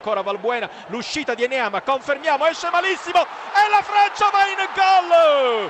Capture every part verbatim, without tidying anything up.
Ancora Valbuena, l'uscita di Eneama, confermiamo, esce malissimo e la Francia va in gol!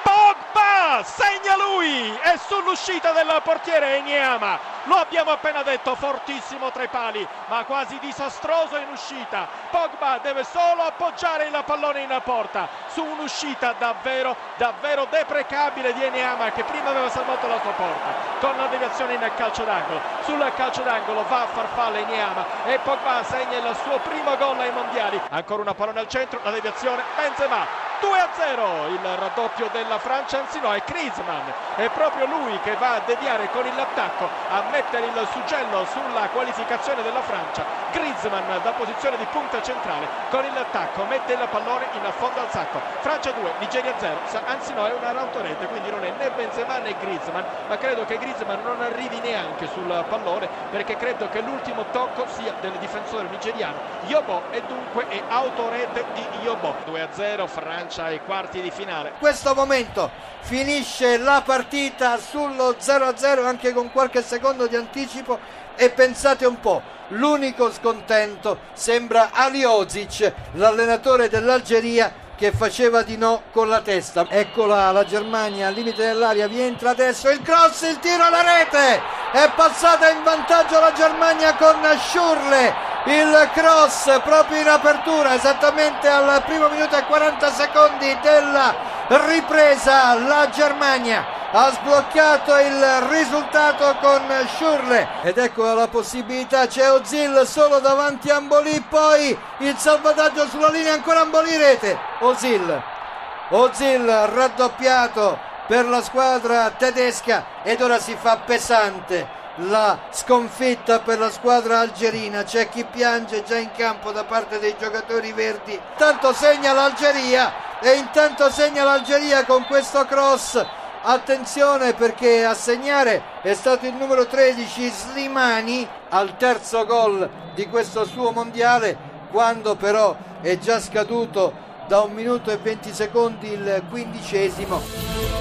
Pogba segna lui e sull'uscita del portiere Eneama, lo abbiamo appena detto, fortissimo tra i pali ma quasi disastroso in uscita. Pogba deve solo appoggiare il pallone in porta su un'uscita davvero davvero deprecabile di Eneama, che prima aveva salvato la sua porta con la deviazione in calcio d'angolo. Sul calcio d'angolo va a farfalla Eneama e Pogba segna il suo primo gol ai mondiali. Ancora una pallone al centro, la deviazione, Benzema, due a zero, il raddoppio della Francia, anzi no, è Griezmann, è proprio lui che va a deviare con l'attacco, a mettere il suggello sulla qualificazione della Francia. Griezmann da posizione di punta centrale con l'attacco mette il pallone in fondo al sacco. Francia due, Nigeria zero, anzi no, è una autorete, quindi non è né Benzema né Griezmann, ma credo che Griezmann non arrivi neanche sul pallone, perché credo che l'ultimo tocco sia del difensore nigeriano Yobo, e dunque è autorete di Yobo. due a zero, Francia ai quarti di finale. In questo momento finisce la partita sullo zero a zero, anche con qualche secondo di anticipo, e pensate un po', l'unico scontento sembra Ali Ozic, l'allenatore dell'Algeria, che faceva di no con la testa. Eccola la Germania al limite dell'area, vi entra adesso il cross, il tiro alla rete, è passata in vantaggio la Germania con Schürrle. Il cross proprio in apertura, esattamente al primo minuto e quaranta secondi della ripresa. La Germania ha sbloccato il risultato con Schürrle ed ecco la possibilità, c'è Özil solo davanti a Mbolì, poi il salvataggio sulla linea, ancora Mbolì, rete. Özil, Özil raddoppiato per la squadra tedesca ed ora si fa pesante la sconfitta per la squadra algerina. C'è chi piange già in campo da parte dei giocatori verdi. Intanto segna l'Algeria e intanto segna l'Algeria con questo cross. Attenzione, perché a segnare è stato il numero tredici Slimani al terzo gol di questo suo mondiale, quando però è già scaduto da un minuto e venti secondi il quindicesimo.